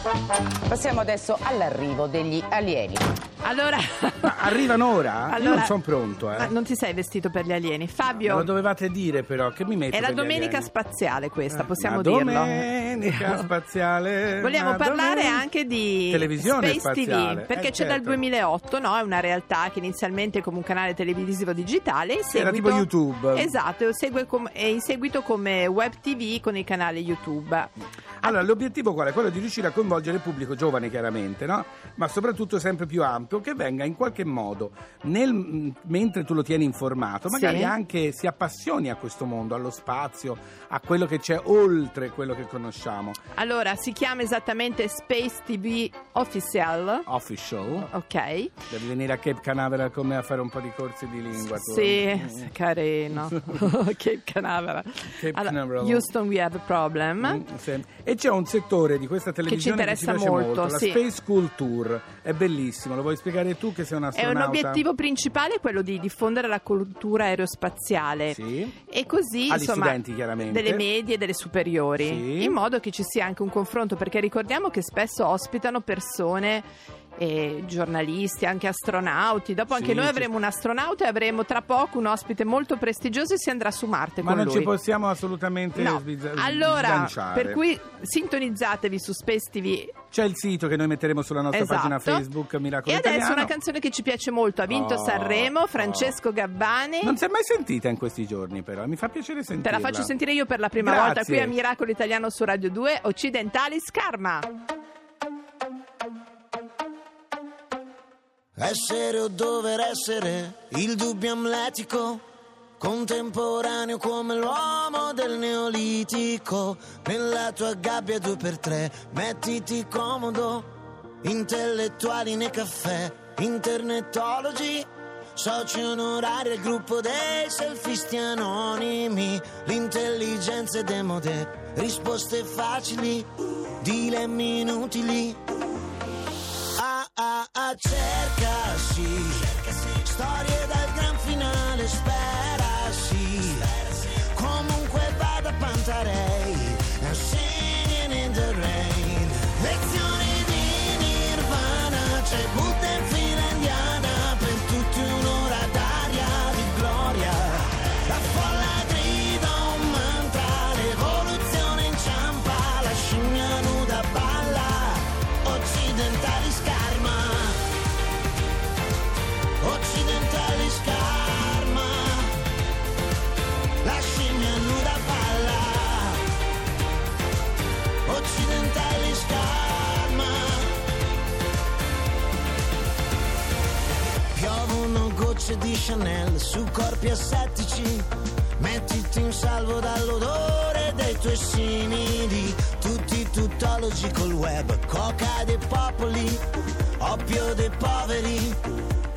Passiamo adesso all'arrivo degli alieni. Allora, Ma arrivano ora? Io Allora- non sono pronto, ma non ti sei vestito per gli alieni, Me Fabio? lo dovevate dire però, che mi metto È la per gli domenica alieni? spaziale questa, possiamo La dirlo. domenica spaziale. Vogliamo la parlare domenica- anche di televisione Space spaziale. TV, perché c'è dal certo. 2008, no? È una realtà che inizialmente come un canale televisivo digitale, in Sì, era seguito, tipo YouTube. Esatto, e in seguito come web TV con il canale YouTube. Allora, l'obiettivo qual è? Quello di riuscire a coinvolgere il pubblico giovane, chiaramente, no? Ma soprattutto sempre più ampio, che venga in qualche modo, mentre tu lo tieni informato, magari Sì. anche si appassioni a questo mondo, allo spazio, a quello che c'è oltre quello che conosciamo. Allora, si chiama esattamente Space TV Official. Official. Ok. Devi venire a Cape Canaveral con me a fare un po' di corsi di lingua. tu. Sì, carino. Cape Canaveral. Cape Canaveral. Houston, we have a problem. Sì. E c'è un settore di questa televisione che ci interessa piace molto, la sì. Space School Tour. È bellissimo, lo vuoi spiegare tu che sei un È astronauta? un obiettivo principale quello di diffondere la cultura aerospaziale. Sì. E così, Agli insomma, studenti, chiaramente. delle medie e delle superiori, Sì. in modo che ci sia anche un confronto, perché ricordiamo che spesso ospitano persone, giornalisti, anche astronauti. Dopo anche Sì, noi ci- avremo un astronauta e avremo tra poco un ospite molto prestigioso e si andrà su Marte Ma con non lui. ci possiamo assolutamente No. Allora, sganciare. per cui sintonizzatevi su Space TV. C'è il sito che noi metteremo sulla nostra Esatto. pagina Facebook Miracolo E adesso Italiano. una canzone che ci piace molto. Ha vinto Oh, Sanremo, Francesco Gabbani. Non si è mai sentita in questi giorni, però mi fa piacere Te sentirla. la faccio sentire io per la prima Grazie. volta qui a Miracolo Italiano su Radio 2, Occidentalis Karma. Essere o dover essere, il dubbio amletico, contemporaneo come l'uomo del neolitico. Nella tua gabbia 2x3, mettiti comodo, intellettuali nei caffè, internetologi, soci onorari al gruppo dei selfisti anonimi. L'intelligenza è demode, risposte facili, dilemmi inutili. Cerca sì, storie dal gran finale, spera sì, comunque vada Pantarei, singing in the rain, lezioni di Nirvana, c'è Buddha in fila indiana, per tutti un'ora d'aria di gloria, la folla grida un mantra, l'evoluzione inciampa, la scimmia nuda balla, occidentali scarma. Occidentali scarma, la scimmia nuda balla. Occidentali scarma. Piovono gocce di Chanel su corpi assettici. Mettiti in salvo dall'odore dei tuoi simili. Tutti tuttologi col web, coca dei popoli, oppio dei poveri.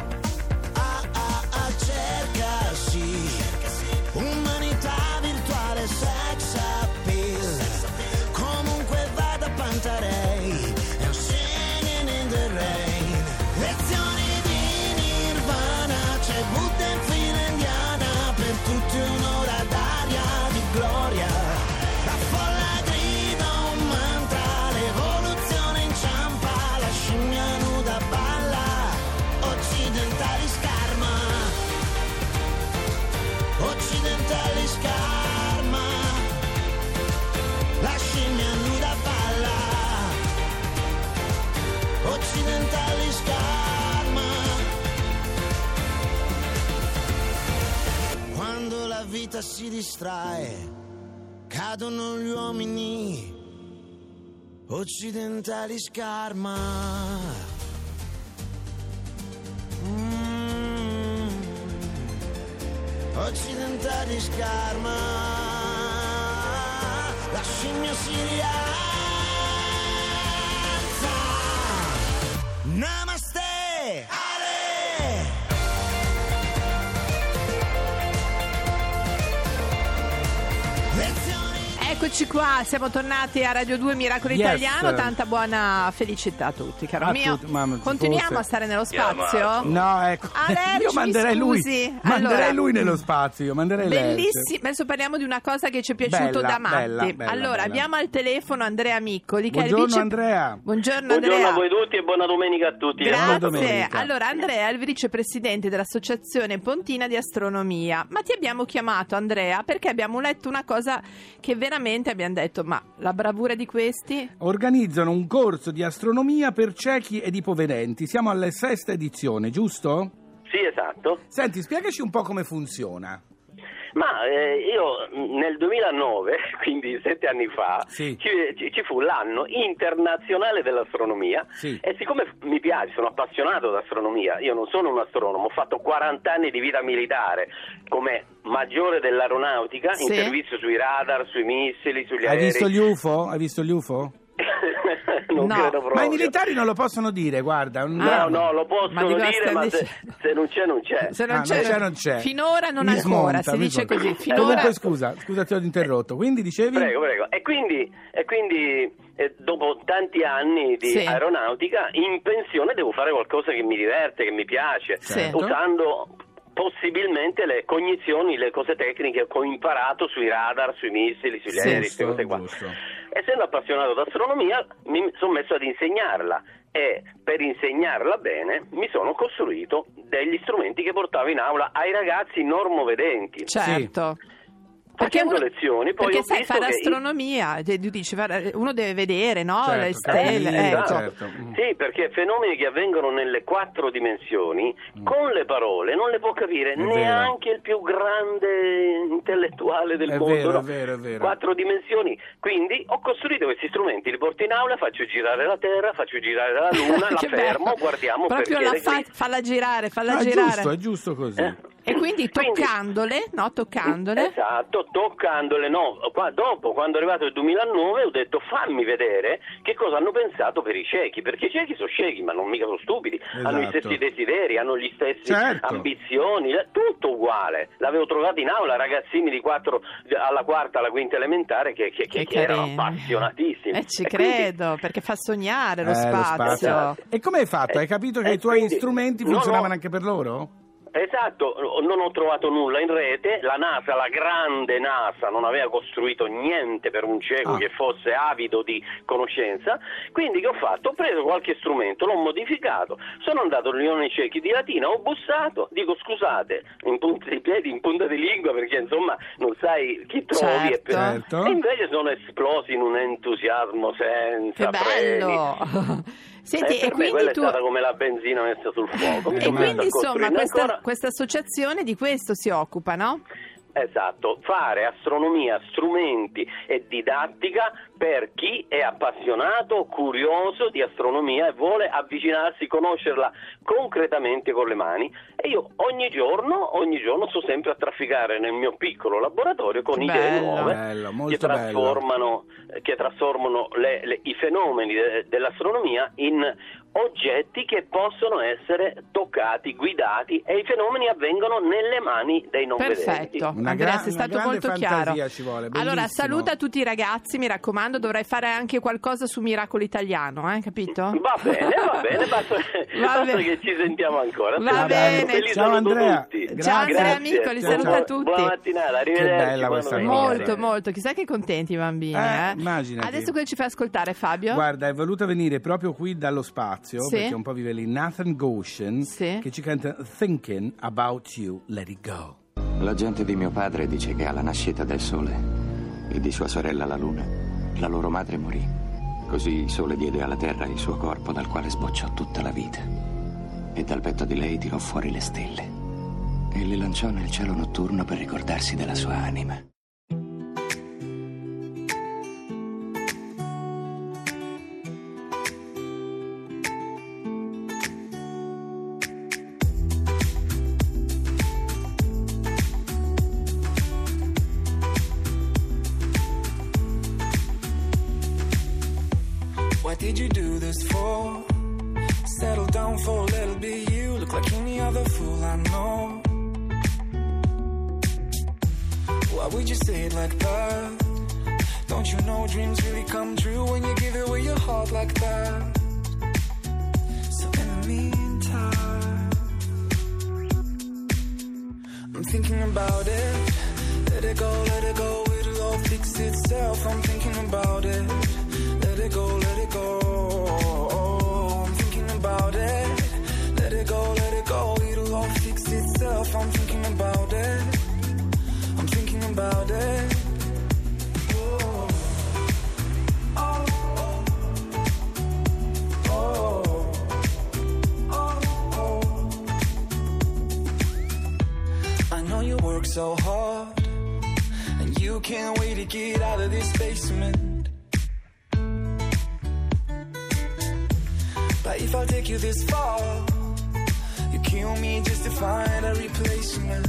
Cerca sì, umanità virtuale, sex appeal, comunque vada Pantarei, è un singing in the rain, lezioni di Nirvana, c'è Buddha in fila indiana, per tutti un'ora d'aria di gloria, la folla grida un mantra, l'evoluzione inciampa, la scimmia nuda balla, occidentali scarma. Occidentali scarma, la scimmia nuda balla. Occidentali scarma. Quando la vita si distrae, cadono gli uomini. Occidentali scarma. Occidentali scarma, la scimmia si rialza. Namaste, Ale. Eccoci Eccoci qua, siamo tornati a Radio 2 Miracolo Italiano, tanta buona felicità a tutti, caro mio. Continuiamo a stare nello spazio? No, ecco. Io manderei lui nello spazio, bellissimo. Adesso parliamo di una cosa che ci è piaciuto da matti. Allora, abbiamo al telefono Andrea Miccoli, che buongiorno, è il vice... Andrea. Buongiorno Andrea. A voi tutti e buona domenica a tutti. Grazie. Allora, Andrea è il vicepresidente dell'Associazione Pontina di Astronomia. Ma ti abbiamo chiamato, Andrea, perché abbiamo letto una cosa che veramente abbiamo detto, ma la bravura di questi? Organizzano un corso di astronomia per ciechi ed ipovedenti. Siamo alla 6ª edizione, giusto? Sì, esatto. Senti, spiegaci un po' come funziona. Ma io nel 2009, quindi 7 anni fa, sì, ci fu l'anno internazionale dell'astronomia, sì, e siccome mi piace, sono appassionato d'astronomia, io non sono un astronomo, ho fatto 40 anni di vita militare come maggiore dell'aeronautica, sì, in servizio sui radar, sui missili, sugli aerei. Hai visto gli UFO? Non credo proprio. Ma i militari non lo possono dire, guarda. No, lo possono dire, ma se non c'è, non c'è. Se non c'è, non c'è. Finora non Mi ancora, smonta, si dice smonta. così. Finora... Comunque scusa, ti ho interrotto. Quindi dicevi? Prego. E quindi dopo tanti anni di sì, aeronautica, in pensione devo fare qualcosa che mi diverte, che mi piace, certo, usando possibilmente le cognizioni, le cose tecniche che ho imparato sui radar, sui missili, sugli aerei, queste cose qua. Essendo appassionato d'astronomia mi sono messo ad insegnarla, e per insegnarla bene mi sono costruito degli strumenti che portavo in aula ai ragazzi normovedenti. Certo. Sì. Facendo lezioni, poi perché ho sai, visto fare che astronomia, dici, uno deve vedere, no? Certo, le stelle, ecco. certo. Sì, perché fenomeni che avvengono nelle 4 dimensioni, con le parole non le può capire neanche il più grande intellettuale del mondo. È vero. 4 dimensioni. Quindi ho costruito questi strumenti, li porto in aula, faccio girare la Terra, faccio girare la Luna, la fermo, guardiamo proprio perché falla girare. È giusto così. E quindi toccandole, no? Toccandole. Esatto, toccandole, no. Dopo, quando è arrivato il 2009, ho detto fammi vedere che cosa hanno pensato per i ciechi, perché i ciechi sono ciechi, ma non mica sono stupidi, hanno gli stessi desideri, hanno gli stessi ambizioni, tutto uguale. L'avevo trovato in aula, ragazzini di 4 alla 4ª, alla 5ª elementare che erano appassionatissimi. Ci credo, perché fa sognare lo spazio. E come hai fatto? Hai capito che i tuoi strumenti funzionavano anche per loro? Esatto, non ho trovato nulla in rete, la NASA, la grande NASA, non aveva costruito niente per un cieco che fosse avido di conoscenza, quindi che ho fatto? Ho preso qualche strumento, l'ho modificato, sono andato all'Unione Ciechi di Latina, ho bussato, dico scusate, in punta di piedi, in punta di lingua, perché insomma non sai chi trovi, certo. E invece sono esplosi in un entusiasmo senza freni. Senti, e quindi quella è stata come la benzina messa sul fuoco. E quindi insomma questa associazione di questo si occupa, no? Esatto, fare astronomia, strumenti e didattica per chi è appassionato, curioso di astronomia e vuole avvicinarsi, conoscerla concretamente con le mani. E io ogni giorno sto sempre a trafficare nel mio piccolo laboratorio con idee nuove che trasformano i fenomeni dell'astronomia in oggetti che possono essere toccati, guidati, e i fenomeni avvengono nelle mani dei non vedenti. Perfetto, Andrea, sei stato molto chiaro. Ci vuole, allora saluta tutti i ragazzi, mi raccomando, dovrai fare anche qualcosa su Miracolo Italiano, capito? Va bene, basta che ci sentiamo ancora. Va bene. Ciao Andrea. Ciao Andrea Miccoli, saluta tutti. Buona mattinata, arrivederci. Che bella questa cosa. Molto, chissà che contenti i bambini. Immaginati. Adesso cosa ci fai ascoltare, Fabio? Guarda, è voluta venire proprio qui dallo spazio, perché un po' vive lì, Nathan Goshen, che ci canta Thinking About You, Let It Go. La gente di mio padre dice che alla nascita del sole e di sua sorella la luna, la loro madre morì. Così il sole diede alla terra il suo corpo dal quale sbocciò tutta la vita. E dal petto di lei tirò fuori le stelle e le lanciò nel cielo notturno per ricordarsi della sua anima. What did you do this for? Settle down for a little bit. You look like any other fool I know. Why would you say it like that? Don't you know dreams really come true when you give away your heart like that? So in the meantime, I'm thinking about it. Let it go, it'll all fix itself. I'm thinking about it. Let it go, I'm thinking about it. Let it go, it'll all fix itself. I'm thinking about it. I'm thinking about it. Oh, oh, oh, oh, oh. I know you work so hard, and you can't wait to get out of this basement. But if I take you this far, you kill me just to find a replacement.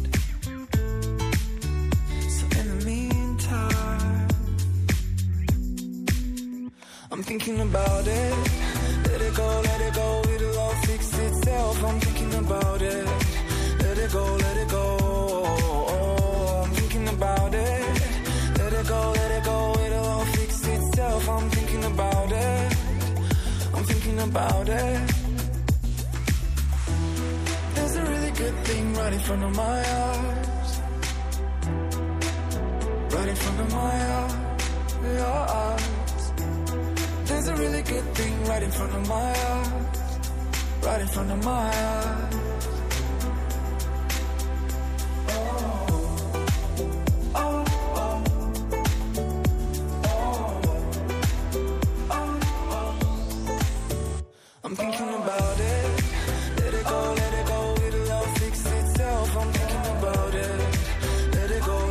So in the meantime, I'm thinking about it. Let it go, it'll all fix itself. I'm thinking about it. Let it go, I'm thinking about it. Let it go, it'll all fix itself. I'm thinking about it. I'm thinking about it. There's a really good thing right in front of my eyes. Right in front of my eyes. There's a really good thing right in front of my eyes. Right in front of my eyes. I'm thinking about it. Let it go, it'll all fix itself. I'm thinking about it. Let it go.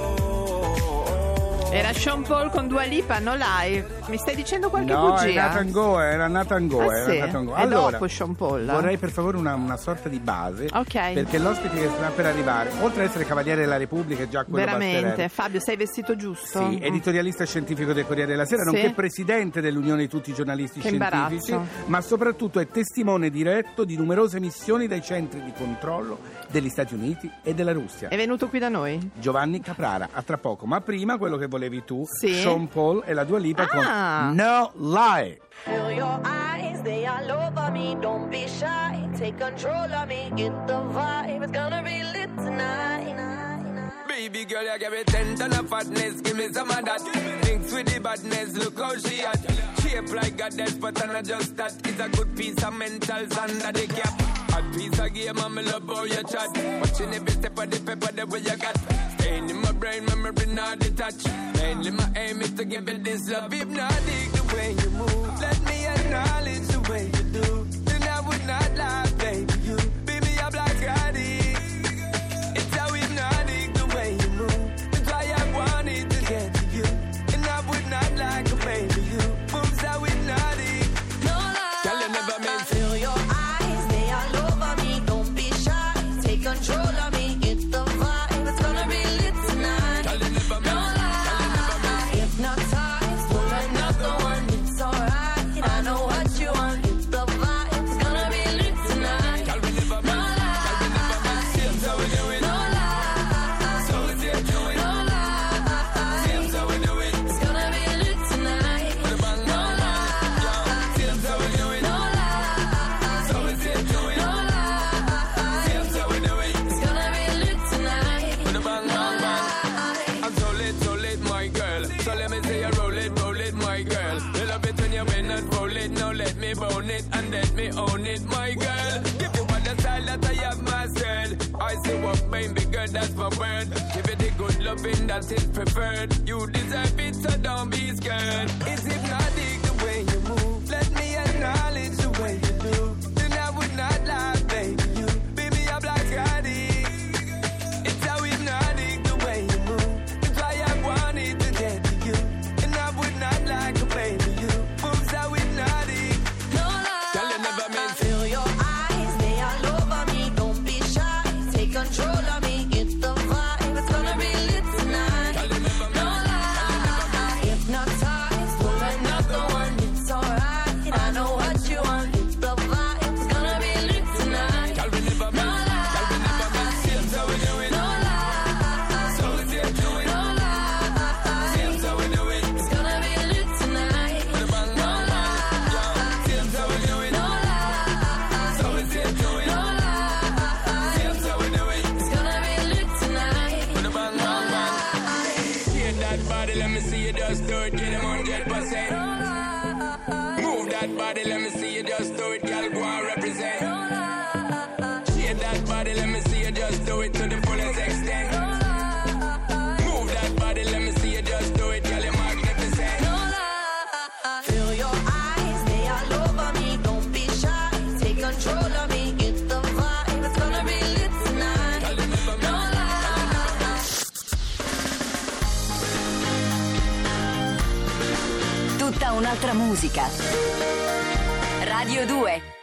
Era Sean Paul con Dua Lipa, No Lie. Mi stai dicendo qualche No, bugia? era Nathan Go. Ah, sì? E Allora, dopo Sean Paul? vorrei per favore una sorta di base. Ok. Perché l'ospite che sta per arrivare, oltre ad essere Cavaliere della Repubblica, è già quello Veramente, basterebbe. Fabio, sei vestito giusto? Sì, editorialista scientifico del Corriere della Sera, Sì. nonché presidente dell'Unione di tutti i giornalisti Che scientifici, imbarazzo. ma soprattutto è testimone diretto di numerose missioni dai centri di controllo degli Stati Uniti e della Russia. È venuto qui da noi? Giovanni Caprara, a tra poco, ma prima quello che volevi tu, Sì. Sean Paul e la Dua Lipa con No Lie. Feel your eyes, they all over me. Don't be shy, take control of me. Get the vibe, it's gonna be lit tonight. Baby girl, you give me 10 ton of fatness, give me some of that. Thinks with the badness, look how she at. Shape like goddess, but I'm not just that. It's a good piece of mentals under the cap. A piece of game, I'm love how you chat. Watching every step of the paper, the way you got. Staying in my brain, memory not detached. Mainly my aim is to give it this love. Hypnotic the way you move. Let me acknowledge the way you do. Then I would not lie, baby. You beat me up like Scotty. It's how hypnotic the way you move. That's why I wanted to get to you. And I would not like a baby. You moves how hypnotic. No lie, Girl, you never meant to. feel your eyes, they all over me. Don't be shy, take control of me. Get the vibe, it's gonna be lit tonight. Girl, you never No meant. lie, hypnotized, pull another one. It's alright, I know what you want. Get the vibe, it's gonna be lit tonight. Girl, we never No meant. Girl, we never meant. Same so we do it. No lie, So we say do it. no lie. Same so we do it. It's gonna be lit tonight. With a bang, No bang, bang. lie, Same so we do it. no lie. So we say do it. No lie, Same so we do it. it's gonna be lit tonight. With a bang, bang, bang. I'm so lit, my girl. So let me say you roll it, my girl. You love it when you bend and roll it. Now let me bone it and let me own it, my girl. Give you all the style that I have mastered. I say what baby girl, that's my word. Give it the good loving that is preferred. You deserve it, so don't be scared. It's hypnotic the way you move. Let me acknowledge the way you do. Then I would not lie, baby. You beat me up like Scotty. It's how hypnotic the way you move. That's why I wanted to get to you. And I would not like a baby. You moves how hypnotic. No Girl, you never lie, meant. feel your eyes, they all over me. Don't be shy, take control of me. Get the vibe, it's gonna be lit tonight. Girl, you never No meant. lie, hypnotized, pull another one. that body, let me see you just do it, girl, go and represent. Shake that body, let me see you just do it to the fullest extent. Move that body, let me see you just do it, girl, you're magnificent. Feel your eyes, they all over me. Don't be shy, take control of me. Get the vibe, it's gonna be lit tonight. No lie. Tutta un'altra musica. Radio 2.